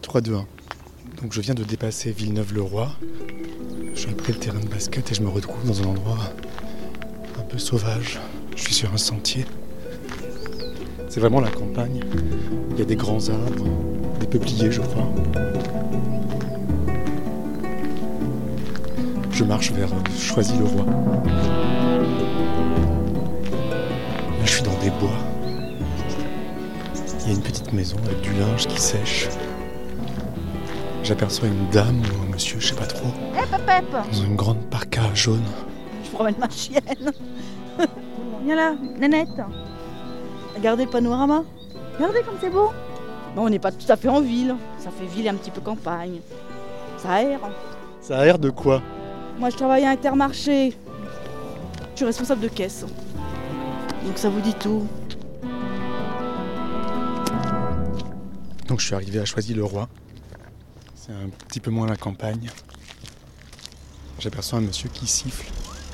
3, 2, 1. Donc je viens de dépasser Villeneuve-le-Roi. Je suis près du terrain de basket et je me retrouve dans un endroit un peu sauvage. Je suis sur un sentier. C'est vraiment la campagne. Il y a des grands arbres, des peupliers je crois. Je marche vers Choisy-le-Roi. Là je suis dans des bois. Il y a une petite maison avec du linge qui sèche. J'aperçois une dame ou un monsieur, je sais pas trop, dans une grande parka jaune. Je promène ma chienne. Viens là, Nanette. Regardez le panorama. Regardez comme c'est beau. Bon, on n'est pas tout à fait en ville. Ça fait ville et un petit peu campagne. Ça aère. Ça a l'air de quoi? Moi, je travaille à Intermarché. Je suis responsable de caisse. Donc ça vous dit tout. Donc je suis arrivé à Choisy-le-Roi. C'est un petit peu moins la campagne. J'aperçois un monsieur qui siffle.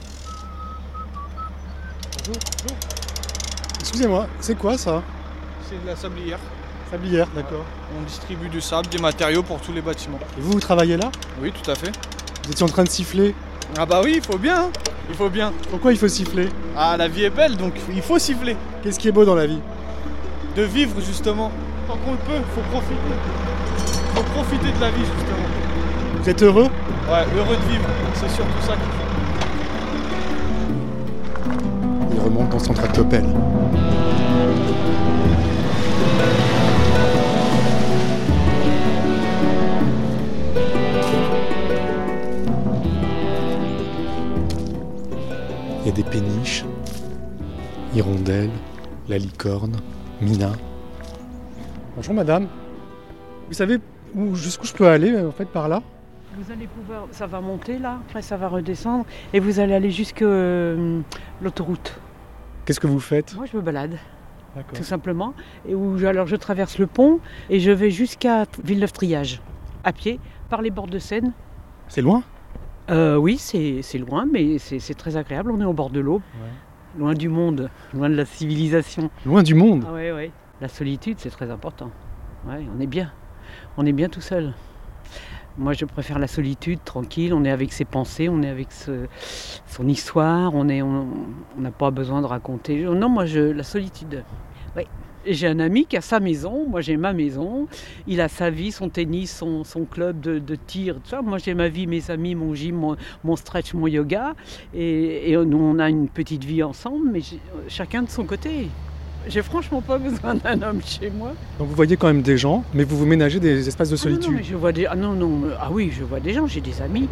Bonjour. Excusez-moi, c'est quoi ça? C'est de la sablière. Sablière, d'accord. On distribue du sable, des matériaux pour tous les bâtiments. Et vous travaillez là? Oui, tout à fait. Vous étiez en train de siffler. Ah bah oui, il faut bien. Il faut bien. Pourquoi il faut siffler? Ah, la vie est belle, donc il faut siffler. Qu'est-ce qui est beau dans la vie? De vivre, justement. Tant qu'on le peut, il faut profiter. Il faut profiter de la vie, justement. Vous êtes heureux? Ouais, heureux de vivre. C'est surtout ça qu'il faut. Il remonte dans son tractopelle. Il y a des péniches, hirondelles, la licorne, Mina. Bonjour madame. Vous savez jusqu'où je peux aller en fait par là? Vous allez pouvoir, ça va monter là, après ça va redescendre et vous allez aller jusque l'autoroute. Qu'est-ce que vous faites? Moi je me balade, D'accord. tout simplement. Alors je traverse le pont et je vais jusqu'à Villeneuve-Triage, à pied, par les bords de Seine. C'est loin? Oui, c'est loin, mais c'est très agréable. On est au bord de l'eau, loin du monde, loin de la civilisation. Loin du monde? Ah ouais. La solitude, c'est très important. Ouais, on est bien. On est bien tout seul. Moi, je préfère la solitude, tranquille. On est avec ses pensées, on est avec son histoire. On n'a pas besoin de raconter. Non, moi, la solitude. Oui. Et j'ai un ami qui a sa maison. Moi, j'ai ma maison. Il a sa vie, son tennis, son club de tir. Tout ça. Moi, j'ai ma vie, mes amis, mon gym, mon stretch, mon yoga. Et nous, on a une petite vie ensemble, mais chacun de son côté. J'ai franchement pas besoin d'un homme chez moi. Donc vous voyez quand même des gens, mais vous vous ménagez des espaces de solitude. Non, mais je vois des... Ah oui, je vois des gens, j'ai des amis.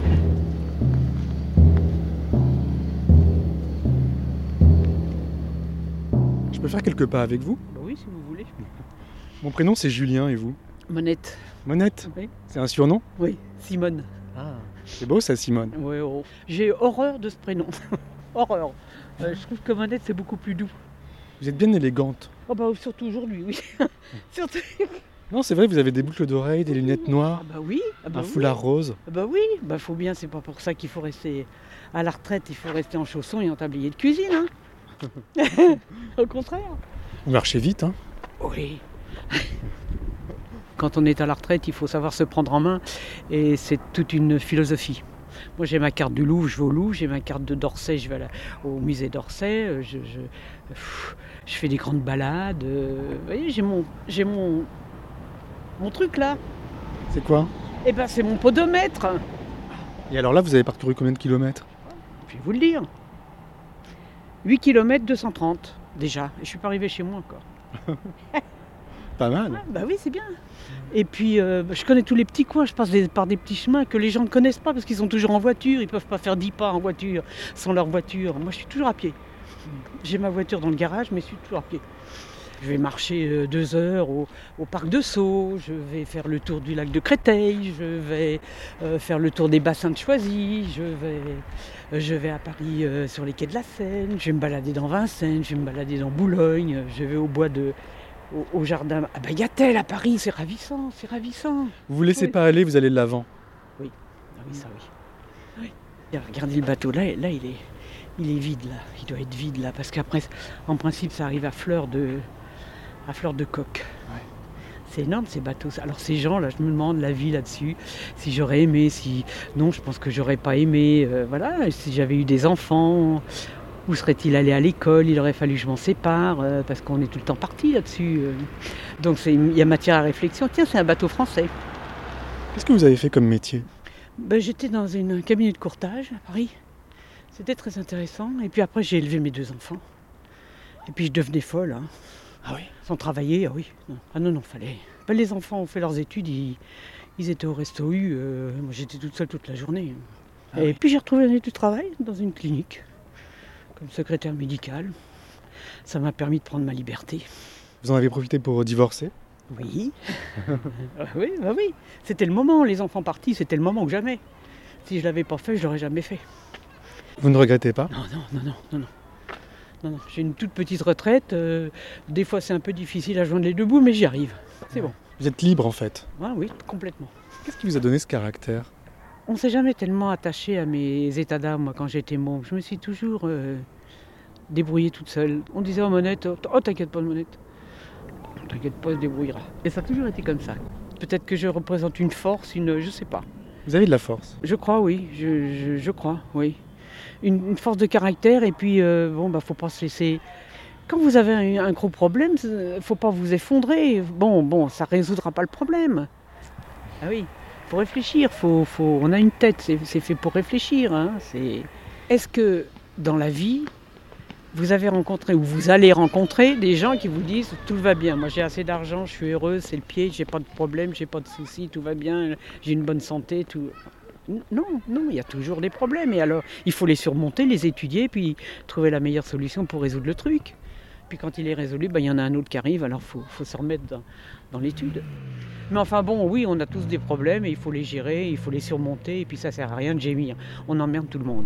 Je peux faire quelques pas avec vous? Bah oui, si vous voulez. Mon prénom c'est Julien et vous? Monette. Monette? Oui. C'est un surnom? Oui, Simone. Ah. C'est beau ça, Simone. Ouais, oh. J'ai horreur de ce prénom. Horreur. Je trouve que Monette c'est beaucoup plus doux. Vous êtes bien élégante. Oh bah surtout aujourd'hui, oui. Surtout. Non, c'est vrai, vous avez des boucles d'oreilles, des lunettes noires, Ah bah oui. un foulard rose. Ah bah oui. Bah faut bien, c'est pas pour ça qu'il faut rester à la retraite, il faut rester en chaussons et en tablier de cuisine, hein. Au contraire. Vous marchez vite, hein? Oui. Quand on est à la retraite, il faut savoir se prendre en main et c'est toute une philosophie. Moi j'ai ma carte du Louvre, je vais au Louvre, j'ai ma carte de d'Orsay, je vais au musée d'Orsay, je fais des grandes balades. Vous voyez, j'ai mon truc là. C'est quoi? Eh ben c'est mon podomètre. Et alors là, vous avez parcouru combien de kilomètres? Je vais vous le dire. 8 km 230 déjà, et je suis pas arrivé chez moi encore. Pas mal. Ah, bah oui, c'est bien. Et puis, je connais tous les petits coins, je passe par des petits chemins que les gens ne connaissent pas parce qu'ils sont toujours en voiture, ils ne peuvent pas faire 10 pas en voiture sans leur voiture. Moi, je suis toujours à pied. J'ai ma voiture dans le garage, mais je suis toujours à pied. Je vais marcher 2 heures au parc de Sceaux, je vais faire le tour du lac de Créteil, je vais faire le tour des bassins de Choisy, je vais à Paris sur les quais de la Seine, je vais me balader dans Vincennes, je vais me balader dans Boulogne, je vais au bois au jardin. Ah ben Yatel à Paris, c'est ravissant, c'est ravissant. Vous vous laissez Oui. pas aller, vous allez de l'avant. Oui, ah oui, ça oui. Et regardez le bateau, là il est vide là, il doit être vide là, parce qu'après, en principe, ça arrive à fleur de coque. Ouais. C'est énorme ces bateaux. Alors ces gens là, je me demande la vie là-dessus, si j'aurais aimé, si... Non, je pense que j'aurais pas aimé, voilà, si j'avais eu des enfants, où serait-il allé à l'école, il aurait fallu que je m'en sépare, parce qu'on est tout le temps parti là-dessus. Donc il y a matière à réflexion. Tiens, c'est un bateau français. Qu'est-ce que vous avez fait comme métier? J'étais dans un cabinet de courtage à Paris. C'était très intéressant. Et puis après, j'ai élevé mes 2 enfants. Et puis je devenais folle. Hein. Ah oui? Sans travailler, ah oui. Non. Ah non, fallait. Les enfants ont fait leurs études, ils étaient au resto U. Moi, j'étais toute seule toute la journée. Ah et oui. puis j'ai retrouvé du travail dans une clinique, comme secrétaire médicale. Ça m'a permis de prendre ma liberté. Vous en avez profité pour divorcer? Oui. Oui. C'était le moment, les enfants partis, c'était le moment que jamais. Si je l'avais pas fait, je l'aurais jamais fait. Vous ne regrettez pas? Non. J'ai une toute petite retraite. Des fois, c'est un peu difficile à joindre les 2 bouts, mais j'y arrive. C'est bon. Vous êtes libre en fait. Ah, oui, complètement. Qu'est-ce qui vous a donné ce caractère? On ne s'est jamais tellement attaché à mes états d'âme, moi, quand j'étais môme. Je me suis toujours débrouillée toute seule. On disait aux Monette, oh t'inquiète pas, Monette. T'inquiète pas, elle se débrouillera. Et ça a toujours été comme ça. Peut-être que je représente une force, je sais pas. Vous avez de la force? Je crois, oui. Je crois, oui. Une force de caractère, et puis, faut pas se laisser... Quand vous avez un gros problème, faut pas vous effondrer. Bon, ça résoudra pas le problème. Ah oui, faut réfléchir, on a une tête, c'est fait pour réfléchir. Hein. Est-ce que, dans la vie, vous avez rencontré ou vous allez rencontrer des gens qui vous disent tout va bien, moi j'ai assez d'argent, je suis heureuse, c'est le pied, j'ai pas de problème, j'ai pas de soucis, tout va bien, j'ai une bonne santé, tout. Non, il y a toujours des problèmes et alors il faut les surmonter, les étudier, puis trouver la meilleure solution pour résoudre le truc. Puis quand il est résolu, il y en a un autre qui arrive, alors faut se remettre dans l'étude. Mais enfin bon, oui, on a tous des problèmes et il faut les gérer, il faut les surmonter et puis ça sert à rien de gémir, on emmerde tout le monde.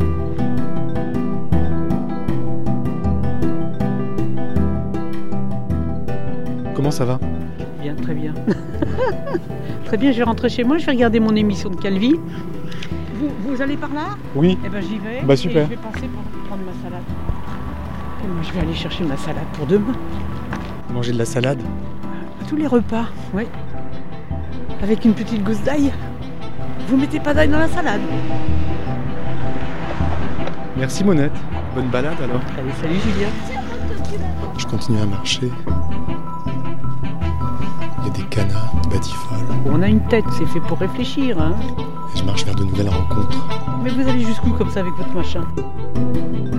Comment ça va? Bien, très bien. Très bien, je vais rentrer chez moi, je vais regarder mon émission de Calvi. Vous allez par là? Oui. Eh ben j'y vais. Bah super. Et je vais passer pour prendre ma salade. Et moi je vais aller chercher ma salade pour demain. Manger de la salade? À tous les repas, oui. Avec une petite gousse d'ail. Vous mettez pas d'ail dans la salade? Merci Monette. Bonne balade alors. Allez, salut Julien. Je continue à marcher. Il y a des canards, des batifoles. On a une tête, c'est fait pour réfléchir. Hein. Et je marche vers de nouvelles rencontres. Mais vous allez jusqu'où comme ça avec votre machin?